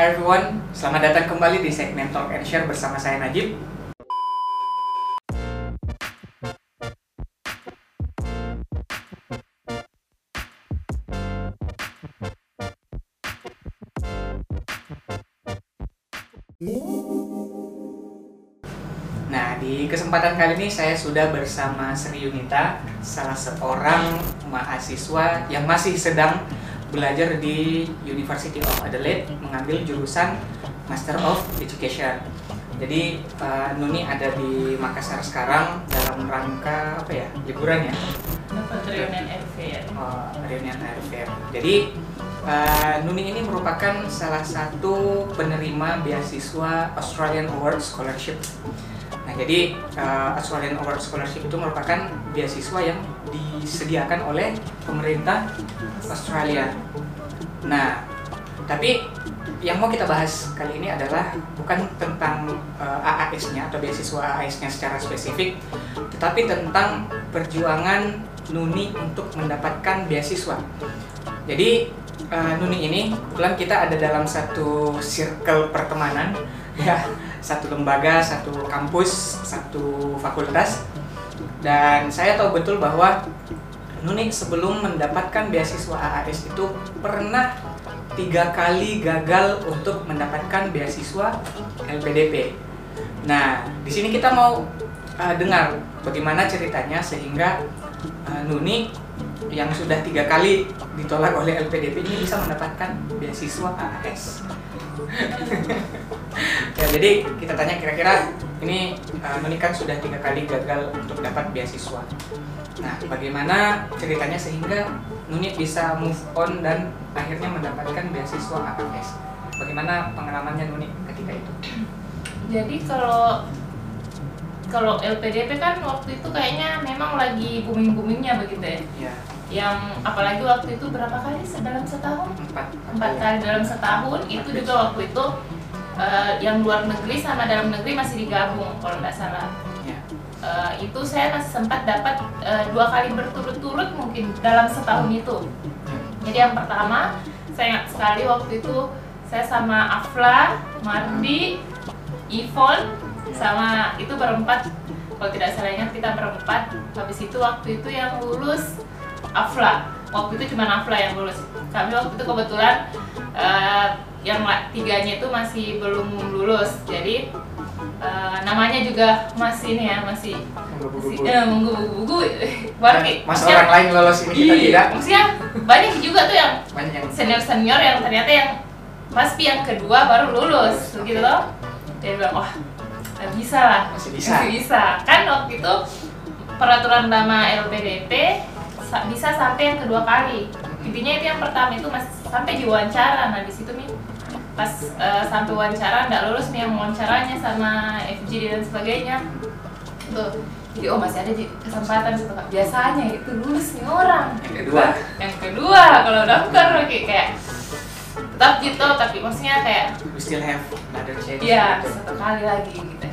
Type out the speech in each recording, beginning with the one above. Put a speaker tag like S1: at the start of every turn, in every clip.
S1: Hi everyone, selamat datang kembali di segmen Talk and Share bersama saya Najib. Nah, di kesempatan kali ini saya sudah bersama Sri Yunita, salah seorang mahasiswa yang masih sedang belajar di University of Adelaide mengambil jurusan Master of Education. Jadi Nuni ada di Makassar sekarang dalam rangka apa ya? Liburan ya?
S2: Reunion Air Fair.
S1: Reunion Air Fair. Jadi Nuni ini merupakan salah satu penerima beasiswa Australian Award Scholarship. Nah, jadi Australian Award Scholarship itu merupakan beasiswa yang disediakan oleh pemerintah Australia. Nah, tapi yang mau kita bahas kali ini adalah bukan tentang AAS-nya atau beasiswa AAS-nya secara spesifik, tetapi tentang perjuangan Nuni untuk mendapatkan beasiswa. Jadi Nuni ini kebetulan kita ada dalam satu circle pertemanan, ya, satu lembaga, satu kampus, satu fakultas. Dan saya tahu betul bahwa Nuni sebelum mendapatkan beasiswa AAS itu pernah 3 kali gagal untuk mendapatkan beasiswa LPDP. Nah, di sini kita mau dengar bagaimana ceritanya sehingga Nuni yang sudah 3 kali ditolak oleh LPDP ini bisa mendapatkan beasiswa AAS. Ya, jadi kita tanya kira-kira ini Nuni kan sudah 3 kali gagal untuk dapat beasiswa. Nah, bagaimana ceritanya sehingga Nuni bisa move on dan akhirnya mendapatkan beasiswa AAS? Bagaimana pengalamannya Nuni ketika itu?
S2: Jadi kalau LPDP kan waktu itu kayaknya memang lagi booming-boomingnya begitu ya.
S1: Ya.
S2: Yang apalagi waktu itu berapa kali dalam setahun? 4 kali dalam setahun. Itu juga waktu itu yang luar negeri sama dalam negeri masih digabung kalau nggak salah.
S1: Ya.
S2: Itu saya masih sempat dapat 2 kali berturut-turut mungkin dalam setahun itu. Jadi yang pertama saya ingat sekali waktu itu saya sama Afla, Mardi, Yvonne sama itu berempat, kalau tidak salah ingat kita berempat. Habis itu waktu itu yang lulus Afla, waktu itu cuma Afla yang lulus. Kami waktu itu kebetulan yang 3-nya itu masih belum lulus, jadi namanya juga masih ini ya, masih menggugu-gugu baru
S1: Masa orang lain lolos ini kita tidak?
S2: Maksudnya banyak juga tuh yang senior yang ternyata yang pasti yang kedua baru lulus begitu loh. Dia bilang, wah bisa lah, masih bisa. Kan waktu itu peraturan lama LPDP bisa sampai yang kedua kali. Intinya itu yang pertama itu masih sampai diwawancara. Nah di situ nih pas sampai wawancara nggak lulus nih yang wawancaranya sama FGD dan sebagainya tuh. Jadi masih ada kesempatan gitu. Biasanya itu lulus nih orang. Yang kedua kalau daftar kayak tetap gitu, tapi maksudnya kayak
S1: we still have another chance.
S2: Iya, 1 kali lagi gitu.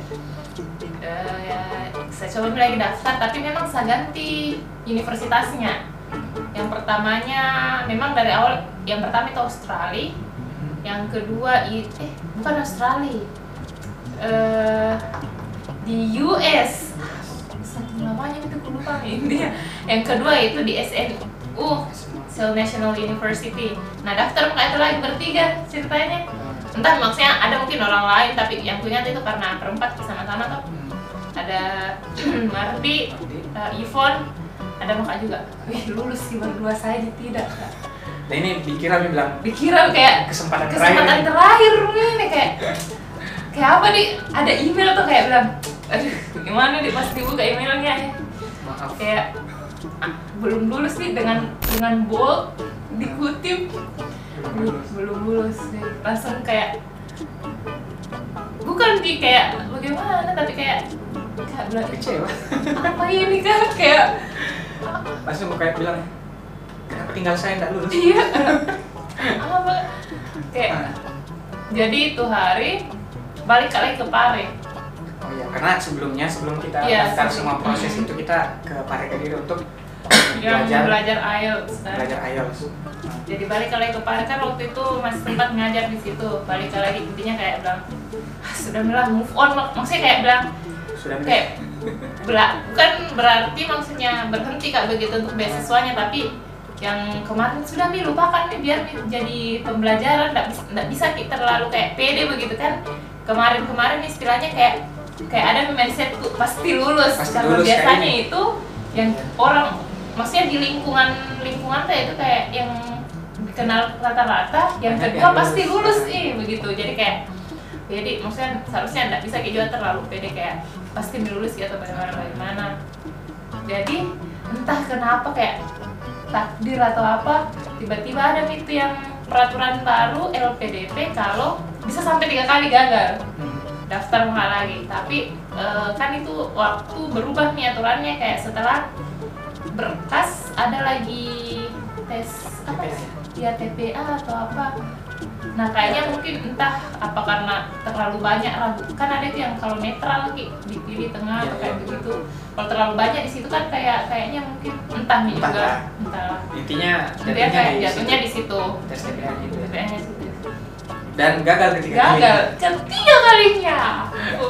S2: Ya, saya coba lagi daftar, tapi memang saya ganti universitasnya. Yang pertamanya memang dari awal, yang pertama itu Australia, yang kedua bukan Australia, di US. Satu namanya itu aku lupa nih. Yang kedua itu di SNU, Seoul National University. Nah daftar itu lagi bertiga ceritanya. Entah maksudnya ada mungkin orang lain, tapi yang punya itu karena berempat sama-sama tuh. Ada Mardi, Yvonne, ada Maka juga. Wih lulus sih berdua, saya tidak.
S1: Nah ini dikira
S2: kayak kesempatan terakhir nih kayak apa nih? Ada email tuh kayak bilang, aduh gimana nih pas dibuka emailnya ya?
S1: Maaf.
S2: Kayak belum lulus nih dengan bold dikutip belum lulus langsung kayak bukan di kayak bagaimana tapi kayak bilang
S1: kecewa.
S2: Apa ini kan kayak
S1: langsung kayak bilang kenapa tinggal saya nggak lulus?
S2: Iya. Apa kayak jadi itu hari balik lagi ke Pare.
S1: Oh iya, karena sebelum kita daftar semua proses itu kita ke Pare Kediri untuk
S2: yang belajar IELTS kan.
S1: Belajar IELTS.
S2: Jadi balik lagi ke Paris kan waktu itu masih sempat ngajar di situ. Balik lagi intinya kayak bilang, sudah bilang move on, maksudnya kayak bilang
S1: Sudah
S2: kayak bukan berarti maksudnya berhenti Kak begitu untuk beasiswanya, tapi yang kemarin sudah lupakan nih, biar jadi pembelajaran, nggak bisa kita terlalu kayak pede begitu kan. Kemarin istilahnya kayak ada mindset tuh pasti lulus, karena biasanya itu yang orang maksudnya di lingkungan tuh itu kayak yang dikenal rata-rata yang kedua pasti lulus begitu. Jadi maksudnya seharusnya nggak bisa kayak juga terlalu pede kayak pasti lulus ya atau bagaimana. Jadi entah kenapa kayak takdir atau apa, tiba-tiba ada itu yang peraturan baru LPDP kalau bisa sampai 3 kali gagal daftar lagi. Tapi kan itu waktu berubah nih aturannya, kayak setelah berkas ada lagi tes apa ya TPA atau apa. Nah kayaknya mungkin entah apa karena terlalu banyak ragu, kan ada yang kalau netral dipilih tengah atau kayak begitu. Kalau terlalu banyak di situ kan kayaknya mungkin entah juga.
S1: Intinya
S2: kayak jatuhnya di situ.
S1: Tes TPA gitu.
S2: TPA-nya situ.
S1: Dan gagal ketiga
S2: kalinya.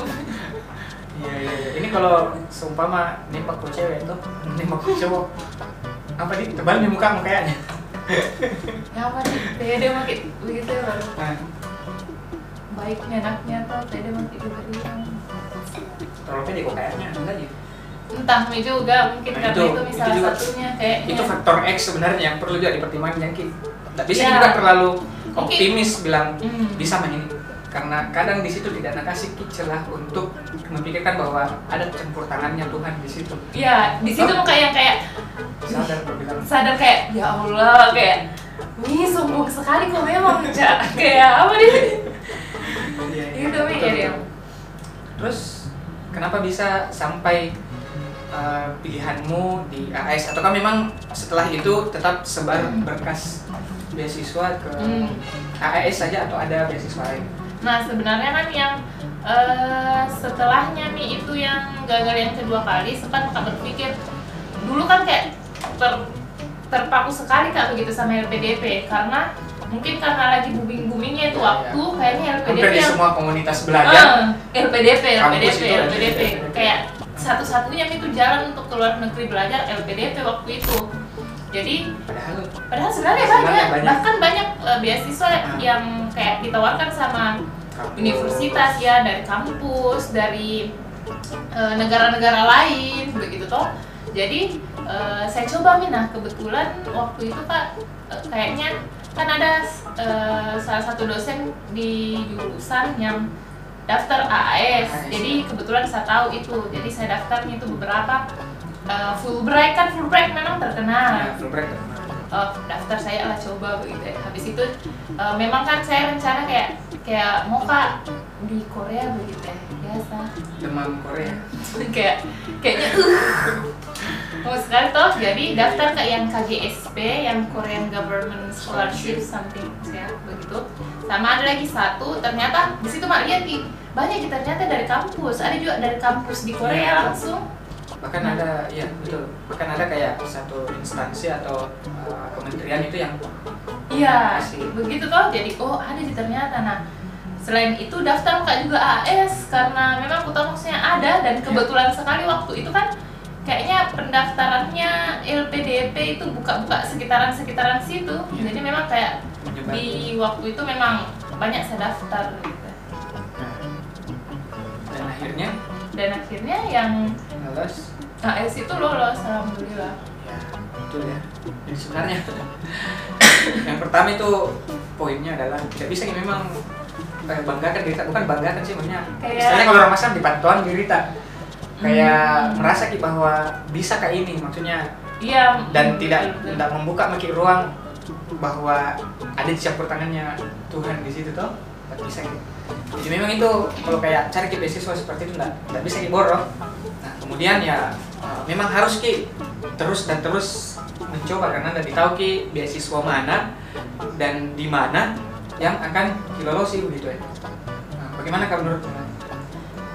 S1: Iya. Ini kalau seumpama nembak ke cewek tuh, nembak ke cowok, apa nih tebal nih muka kayaknya.
S2: Ya apa nih, pede makin begitu ya baru. Baiknya enaknya tuh pede makin juga.
S1: Terlalu pede kok kayaknya enggak gitu.
S2: Entah juga mungkin karena itu misalnya juga, satunya kayaknya.
S1: Itu faktor X sebenarnya yang perlu juga dipertimbangkan yang nggak bisa juga terlalu optimis bilang bisa ini. Karena kadang di situ tidak ada kasih celah untuk memikirkan bahwa ada campur tangannya Tuhan di situ.
S2: Iya, di situ kayak sadar kayak ya Allah, kayak ini sombong sekali kok memang kayak apa nih? Itu ya.
S1: Terus kenapa bisa sampai pilihanmu di AS, ataukah memang setelah itu tetap sebar berkas beasiswa ke AS saja atau ada beasiswa lain?
S2: Nah sebenarnya kan yang setelahnya nih itu yang gagal yang kedua kali, sempat Kak berpikir dulu kan kayak terpaku sekali Kak begitu sama LPDP, karena mungkin karena lagi boomingnya itu waktu kayaknya LPDP
S1: hampir di semua komunitas belajar
S2: LPDP kayak satu-satunya itu jalan untuk keluar negeri belajar LPDP waktu itu. Jadi padahal sebenarnya banyak. Bahkan banyak beasiswa yang kayak ditawarkan sama universitas ya, dari kampus, dari negara-negara lain begitu toh. Jadi saya coba nah kebetulan waktu itu Kak kayaknya kan ada salah satu dosen di jurusan yang daftar AAS. Jadi kebetulan saya tahu itu. Jadi saya daftarnya itu beberapa Fulbright memang terkenal. Daftar saya lah coba begitu ya. Habis itu memang kan saya rencana kayak mau Kak di Korea begitu ya, biasa.
S1: Demam Korea.
S2: kayaknya mau sekali toh. Jadi daftar ke yang KGSP, yang Korean Government Scholarship something ya begitu. Sama ada lagi satu, ternyata di situ mak lihat banyak ternyata dari kampus, ada juga dari kampus di Korea langsung.
S1: Bahkan ada, iya betul, bahkan ada kayak satu instansi atau kementerian itu yang
S2: begitu toh. Jadi ada ternyata. Nah selain itu daftar Kak juga AS, karena memang aku tahu maksudnya ada, dan kebetulan sekali waktu itu kan kayaknya pendaftarannya LPDP itu buka sekitaran situ. Jadi memang kayak di waktu itu memang banyak saya daftar gitu. Dan akhirnya yang
S1: lolos
S2: AS itu lolos, alhamdulillah.
S1: Ya, betul ya. Jadi sebenarnya yang pertama itu poinnya adalah tidak bisa memang banggakan diri, bukan banggakan sih maksudnya. Istilahnya kalau orang Masam dipantauan diri kayak merasa bahwa bisa kayak ini maksudnya.
S2: Iya.
S1: Dan tidak membuka ruang bahwa ada campur tangannya Tuhan di situ toh. Tidak bisa gitu. Jadi memang itu kalau kayak cari beasiswa seperti itu nggak bisa borong. Nah kemudian ya memang harus terus mencoba, karena nggak tahu beasiswa mana dan di mana yang akan dilolosi begitu ya. Nah, bagaimana kalau menurut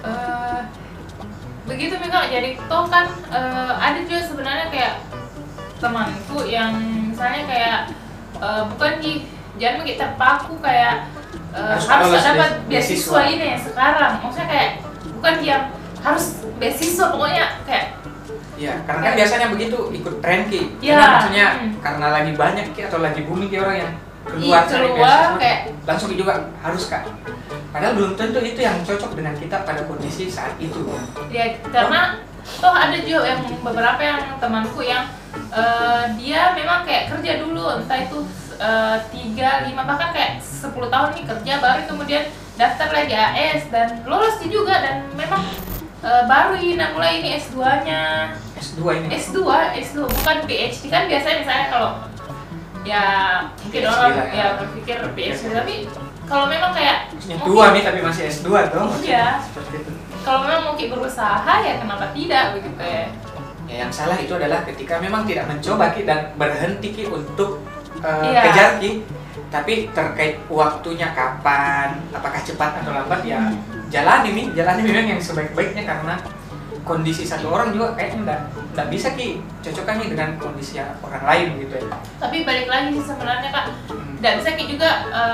S2: begitu memang. Jadi toh kan ada juga sebenarnya kayak temanku yang misalnya kayak bukan jangan begitu terpaku kayak harus dapat beasiswa ini ya sekarang, maksudnya kayak bukan yang harus beasiswa, pokoknya kayak
S1: ya karena kan biasanya begitu ikut tren Ki,
S2: ya,
S1: maksudnya karena lagi banyak Ki atau lagi booming Ki orang yang keluar cari beasiswa
S2: kayak
S1: langsung juga harus Kak, padahal belum tentu itu yang cocok dengan kita pada kondisi saat itu
S2: ya, karena toh ada juga yang beberapa yang temanku yang dia memang kayak kerja dulu entah itu 3, 5 bahkan kayak 10 tahun nih kerja, baru kemudian daftar lagi AS dan lolos juga, dan memang baru ini mulai ini S2-nya. S2 bukan PhD kan biasanya misalnya kalau ya mungkin
S1: PhD
S2: orang
S1: lah,
S2: ya berpikir PhD, tapi kalau memang kayak
S1: tua nih tapi masih S2 dong.
S2: Iya. Kalau memang mungkin berusaha ya kenapa tidak begitu ya.
S1: Ya yang salah itu adalah ketika memang tidak mencoba Ki dan berhenti Ki untuk
S2: Iya.
S1: kejar Ki, tapi terkait waktunya kapan, apakah cepat atau lambat ya jalani memang yang sebaik-baiknya, karena kondisi satu orang juga kayaknya nggak bisa Ki cocokkan nih dengan kondisi orang lain gitu ya.
S2: Tapi balik lagi sih sebenarnya Kak, nggak bisa Ki juga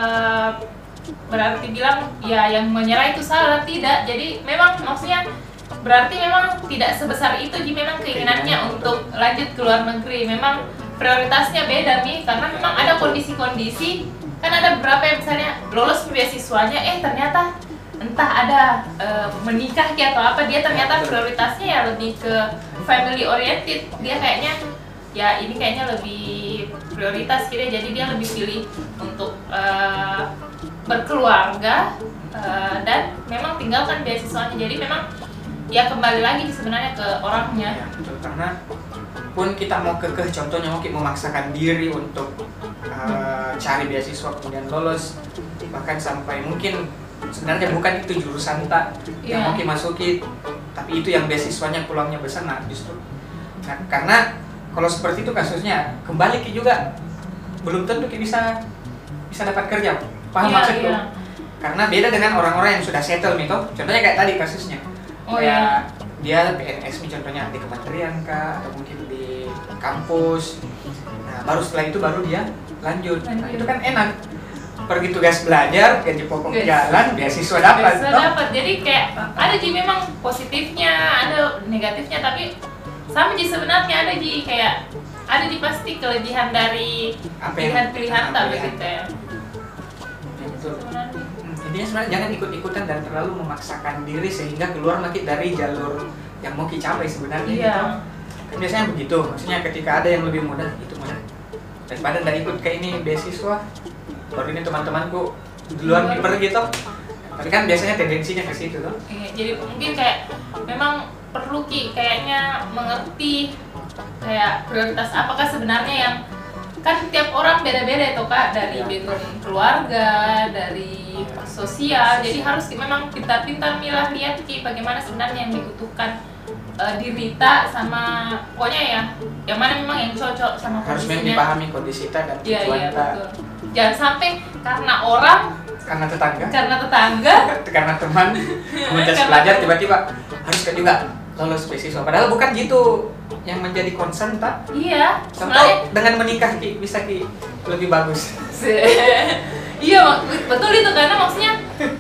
S2: berarti bilang ya yang menyerah itu salah, tidak. Jadi memang maksudnya berarti memang tidak sebesar itu, jadi memang keinginannya untuk lanjut ke luar negeri memang prioritasnya beda nih, karena memang ada kondisi-kondisi, kan ada beberapa yang misalnya lolos beasiswanya ternyata entah ada menikah atau apa, dia ternyata prioritasnya ya lebih ke family oriented, dia kayaknya ya ini kayaknya lebih prioritas gitu, jadi dia lebih pilih untuk berkeluarga dan memang tinggalkan beasiswanya. Jadi memang ya kembali lagi sebenarnya ke orangnya.
S1: Ya, betul, karena pun kita mau kekeh, contohnya mungkin memaksakan diri untuk cari beasiswa kemudian lolos, bahkan sampai mungkin sebenarnya bukan itu jurusan yang mungkin masuki, tapi itu yang beasiswanya peluangnya besar, nah justru karena kalau seperti itu kasusnya kembali Ki juga belum tentu Ki bisa dapat kerja, paham maksudku? Karena beda dengan orang-orang yang sudah settle nih toh, contohnya kayak tadi kasusnya dia PNS nih contohnya di kementerian kah, atau mungkin di kampus, nah baru setelah itu baru dia lanjut. Nah itu kan enak, pergi tugas belajar, gaji pokok jalan, beasiswa dapat.
S2: Jadi kayak ada sih memang positifnya, ada negatifnya, tapi sama sih sebenarnya ada sih kayak ada di pasti kelebihan dari pilihan-pilihan tak begitu ya.
S1: Betul. Intinya sebenarnya jangan ikut-ikutan dan terlalu memaksakan diri sehingga keluar lagi dari jalur yang mau dicapai sebenarnya.
S2: Iya.
S1: Kan biasanya begitu, maksudnya ketika ada yang lebih mudah itu mudah. Daripada nggak ikut ke ini beasiswa, baru ini teman-temanku duluan pergi gitu. Tapi kan biasanya tendensinya ke situ tuh.
S2: Jadi mungkin kayak memang perlu Ki kayaknya mengerti kayak prioritas apakah sebenarnya yang kan tiap orang beda-beda itu Kak, dari background keluarga, dari sosial, jadi harus memang pintar-pintar milah lihat Ki bagaimana sebenarnya yang dibutuhkan diri ta sama pokoknya ya yang mana memang yang cocok sama
S1: harus
S2: kondisinya.
S1: memang dipahami kondisi ta dan tujuan ta.
S2: Jangan sampai karena orang,
S1: karena tetangga, karena teman, komunitas pelajar tiba-tiba harus juga lolos beasiswa, padahal bukan gitu yang menjadi concern tak?
S2: Iya.
S1: Contoh dengan menikah Ki, bisa Ki lebih bagus.
S2: Iya betul itu, karena maksudnya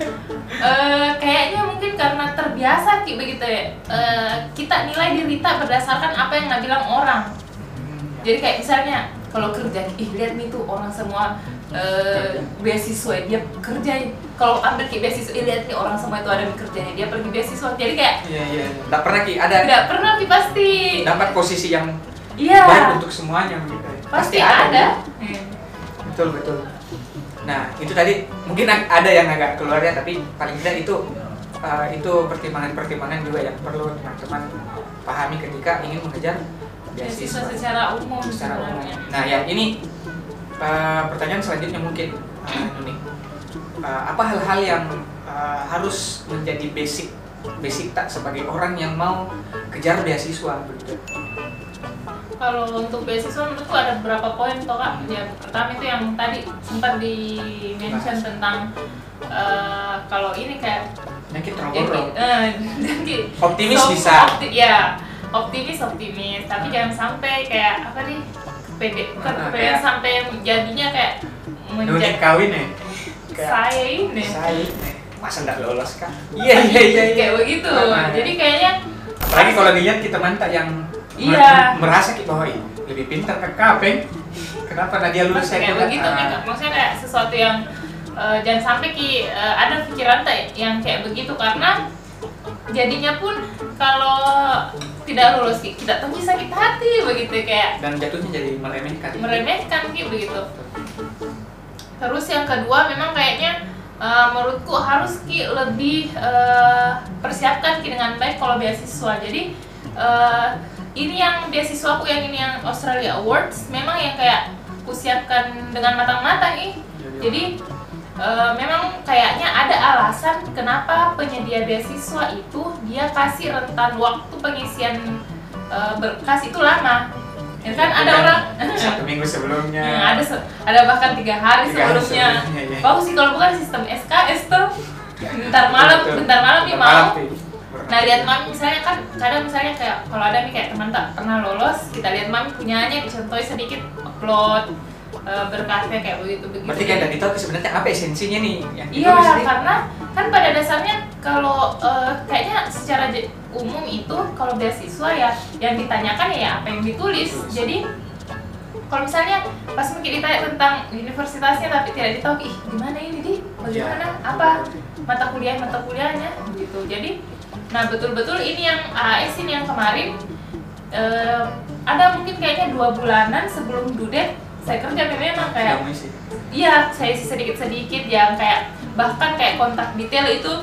S2: kayaknya mungkin karena terbiasa Ki begitu ya, kita nilai diri kita berdasarkan apa yang nggak bilang orang. Jadi kayak misalnya kalau kerja, lihat nih tuh orang semua beasiswa dia kerja, kalau ambil Ki beasiswa, lihat nih orang semua itu ada di kerjanya, dia pergi beasiswa, jadi kayak
S1: nggak pernah Ki ada,
S2: nggak pernah Ki pasti
S1: dapat posisi yang baik untuk semuanya gitu.
S2: Pasti ada.
S1: Betul. Nah itu tadi mungkin ada yang agak keluar ya, tapi paling tidak itu pertimbangan juga yang perlu teman-teman pahami ketika ingin mengejar beasiswa
S2: secara umum.
S1: Nah ya ini pertanyaan selanjutnya mungkin Nuni, apa hal-hal yang harus menjadi basic tak sebagai orang yang mau kejar beasiswa begitu?
S2: Kalau untuk beasiswa menurutku ada beberapa poin toh Kak. Ya pertama itu yang tadi sempat di-mention tentang kalau ini kayak
S1: penyakit terlalu
S2: optimis
S1: bisa.
S2: Ya optimis, tapi jangan sampai kayak apa nih, kepedean sampai jadinya kayak
S1: menjadi kawin ya.
S2: Saya ini
S1: masa nggak lolos kan?
S2: Iya kayak begitu. Jadi kayaknya
S1: apalagi kalau dilihat kita mantap yang merasa kita bahwa lebih pintar ke kapeng, kenapa dia lulus saya
S2: kayak begitu maksudnya kayak sesuatu yang jangan sampai ada pikiran yang kayak begitu, karena jadinya pun kalau tidak lulus kita tentu sakit hati begitu kayak, dan
S1: jatuhnya jadi meremehkan
S2: gitu begitu. Terus yang kedua memang kayaknya menurutku harus lebih persiapkan dengan baik kalau beasiswa. Jadi ini yang beasiswaku yang Australia Awards memang yang kayak kusiapkan dengan matang-matang nih. Jadi memang kayaknya ada alasan kenapa penyedia beasiswa itu dia kasih rentan waktu pengisian berkas itu lama. Ya kan ada orang
S1: 1 minggu sebelumnya.
S2: Ada bahkan 3 hari sebelumnya. Bagus sih kalau bukan sistem SKS tuh. Bentar malam nih mau. Nah lihat mami misalnya kan kadang misalnya kayak kalau ada nih kayak teman tak pernah lolos, kita lihat mami punyanya dicontohin sedikit, upload berkasnya kayak begitu.
S1: Berarti kan tadi tahu sebenarnya apa esensinya nih yang
S2: iya, karena kan pada dasarnya kalau kayaknya secara umum itu kalau beasiswa ya yang ditanyakan ya apa yang ditulis. Jadi kalau misalnya pas mungkin ditanya tentang universitasnya tapi tidak ditahu gimana ini bagaimana apa mata kuliahnya gitu. Jadi nah betul-betul ini yang AAS ini yang kemarin ada mungkin kayaknya 2 bulanan sebelum due date saya kerja memang kayak iya saya isi sedikit yang kayak bahkan kayak kontak detail itu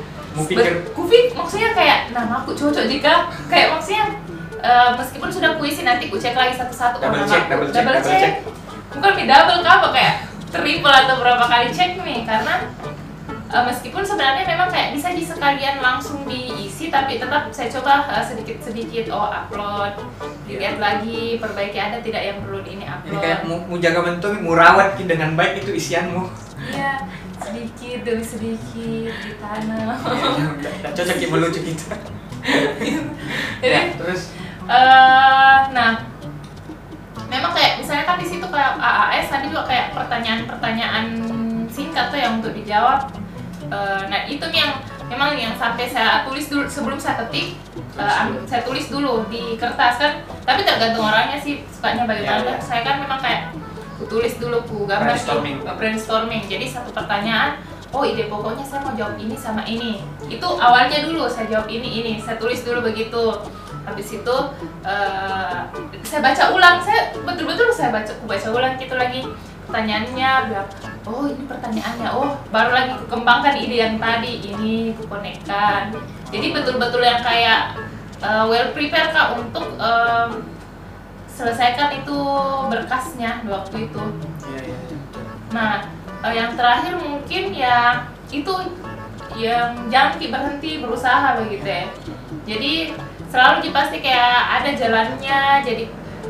S2: maksudnya kayak nama aku cocok jika kayak maksudnya meskipun sudah puisi nanti ku cek lagi satu-satu double check bukan di double apa kayak triple atau berapa kali cek nih, karena meskipun sebenarnya memang kayak bisa sekalian langsung diisi tapi tetap saya coba sedikit upload, dilihat lagi, perbaiki ada tidak yang perlu ini upload.
S1: Ini kayak mau jaga bentuk, mau rawat dengan baik itu isianmu.
S2: Iya, sedikit demi sedikit ditanam.
S1: Nggak cocok ya melucu kita.
S2: Jadi terus nah memang kayak misalnya kan di situ kayak AAS tadi juga kayak pertanyaan singkat tuh yang untuk dijawab. Nah itu yang memang yang sampai saya tulis dulu sebelum saya ketik, saya tulis dulu di kertas kan, tapi tergantung orangnya sih sukanya bagaimana. Saya kan memang kayak ku tulis dulu, ku gambar brainstorming. Jadi satu pertanyaan, ide pokoknya saya mau jawab ini sama ini. Itu awalnya dulu saya jawab ini, saya tulis dulu begitu. Habis itu saya baca ulang, saya betul-betul ku baca ulang gitu lagi pertanyaannya, ini pertanyaannya, baru lagi ku kembangkan ide yang tadi, ini ku konekkan. Jadi betul-betul yang kayak well prepare Kak untuk selesaikan itu berkasnya di waktu itu. Nah, yang terakhir mungkin ya itu yang jangan berhenti berusaha begitu ya. Jadi selalu pasti kayak ada jalannya. Jadi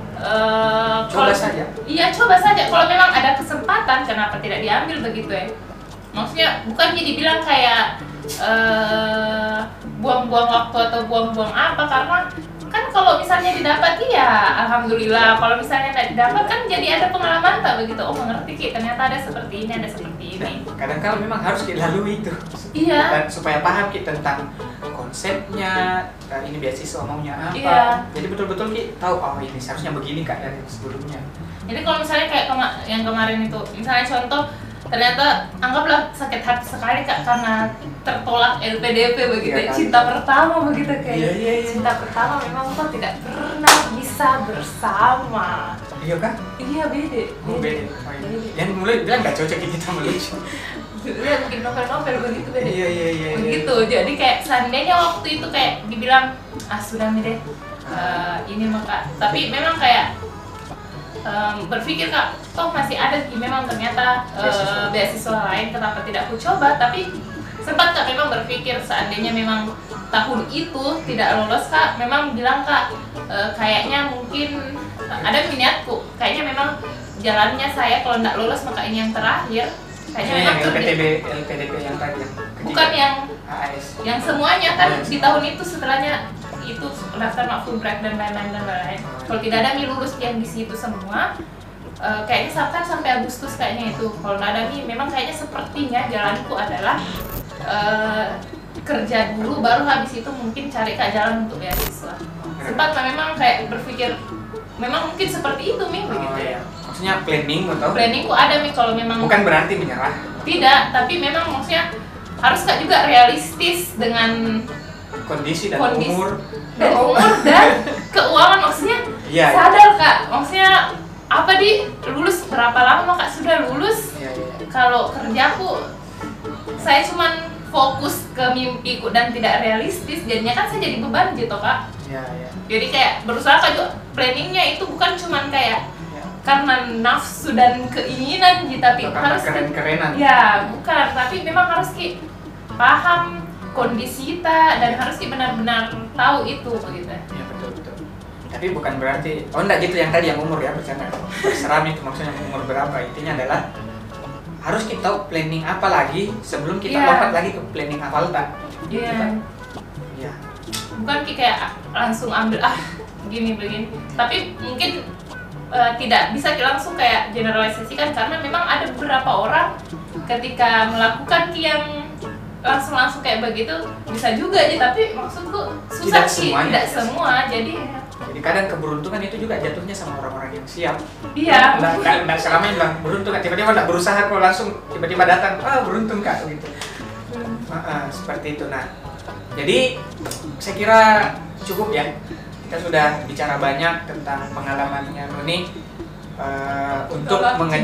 S1: coba saja.
S2: Iya, coba saja. Kalau memang ada kesempatan, kenapa tidak diambil begitu ya? Maksudnya bukan jadi bilang kayak buang-buang waktu atau buang-buang apa, karena kan kalau misalnya didapat ya alhamdulillah, kalau misalnya tidak didapat kan jadi ada pengalaman tak begitu, mengerti ternyata ada seperti ini, ada seperti ini.
S1: Kadang-kadang memang harus dilalui itu.
S2: Iya.
S1: Dan supaya paham kita tentang konsepnya, ini beasiswa maunya apa.
S2: Iya.
S1: Jadi betul-betul kita tahu ini seharusnya begini Kak dari sebelumnya.
S2: Jadi kalau misalnya kayak yang kemarin itu, misalnya contoh ternyata anggaplah sakit hati sekali Kak karena tertolak LPDP begitu,
S1: iya,
S2: cinta pertama begitu kayak.
S1: Iya.
S2: Cinta pertama memang kok tidak pernah bisa bersama.
S1: Iya Kak?
S2: Iya beda.
S1: Beda. Yang mulai bilang nggak cocok kita melucu.
S2: Iya mungkin novel-novel begitu beda.
S1: Iya.
S2: Begitu, jadi kayak seandainya waktu itu kayak dibilang sudah nih deh, ini mah Kak. Tapi memang kayak berpikir Kak, toh masih ada memang ternyata beasiswa lain, kenapa tidak aku coba. Tapi sempat Kak memang berpikir seandainya memang tahun itu tidak lolos Kak, memang bilang Kak kayaknya mungkin ada niatku, kayaknya memang jalannya saya kalau tidak lolos maka ini yang terakhir. Kayaknya memang
S1: LPDP yang tadi yang
S2: bukan yang
S1: AAS.
S2: Yang semuanya kan di tahun itu setelahnya itu daftar Fulbright dan lain-lain. Kalau tidak ada Mi lulus yang di situ semua, kayaknya kan sampai Agustus kayaknya itu. Kalau nggak ada Mi, memang kayaknya sepertinya jalanku adalah kerja dulu, baru habis itu mungkin cari jalan untuk beasiswa. Sempat memang kayak berpikir, memang mungkin seperti itu Mi, begitu ya.
S1: Maksudnya planningku
S2: ada Mi, kalau memang
S1: bukan berarti menyerah.
S2: Tidak, tapi memang maksudnya harus juga realistis dengan
S1: kondisi dan umur
S2: dan keuangan, maksudnya sadar Kak, maksudnya apa lulus berapa lama Kak sudah lulus? Kalau kerjaku saya cuman fokus ke mimpiku dan tidak realistis, jadinya kan saya jadi beban gitu Kak. Jadi kayak berusaha juga planningnya itu bukan cuman kayak karena nafsu dan keinginan gitu, tapi harus
S1: keren-kerenan.
S2: Ya, bukan, tapi memang harus paham kondisi kita dan harus benar-benar tahu itu begitu.
S1: Ya betul. Tapi bukan berarti enggak gitu yang tadi yang umur ya, bercanda. Seram itu maksudnya umur berapa, intinya adalah harus kita tahu planning apa lagi sebelum kita lompat lagi ke planning awal tak.
S2: Iya. Bukan kayak langsung ambil gini begini. Tapi mungkin tidak bisa langsung kayak generalisasikan, karena memang ada beberapa orang ketika melakukan yang langsung kayak begitu bisa juga tapi maksudku susah tidak semua. Jadi
S1: kadang keberuntungan itu juga jatuhnya sama orang-orang yang siap.
S2: Iya.
S1: Nggak selamanya bilang beruntung, tiba-tiba nggak berusaha kok langsung tiba-tiba datang beruntung Kak gitu. Seperti itu. Nah, jadi saya kira cukup ya. Kita sudah bicara banyak tentang pengalamannya Nuni untuk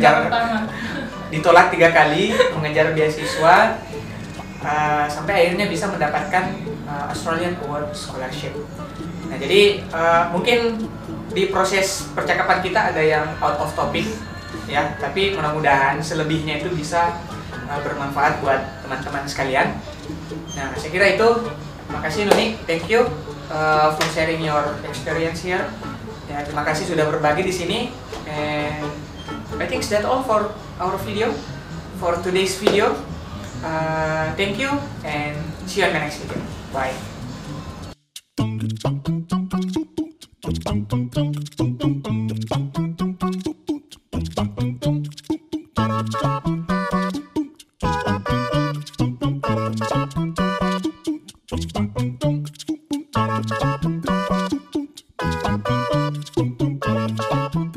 S1: ditolak 3 kali, mengejar beasiswa sampai akhirnya bisa mendapatkan Australian Award Scholarship. Nah, jadi mungkin di proses percakapan kita ada yang out of topic ya, tapi mudah-mudahan selebihnya itu bisa bermanfaat buat teman-teman sekalian. Nah, saya kira itu. Makasih Nuni, thank you for sharing your experience here. Ya, terima kasih sudah berbagi di sini. And I think that's all for our video, for today's video. Thank you and see you on the next video. Bye.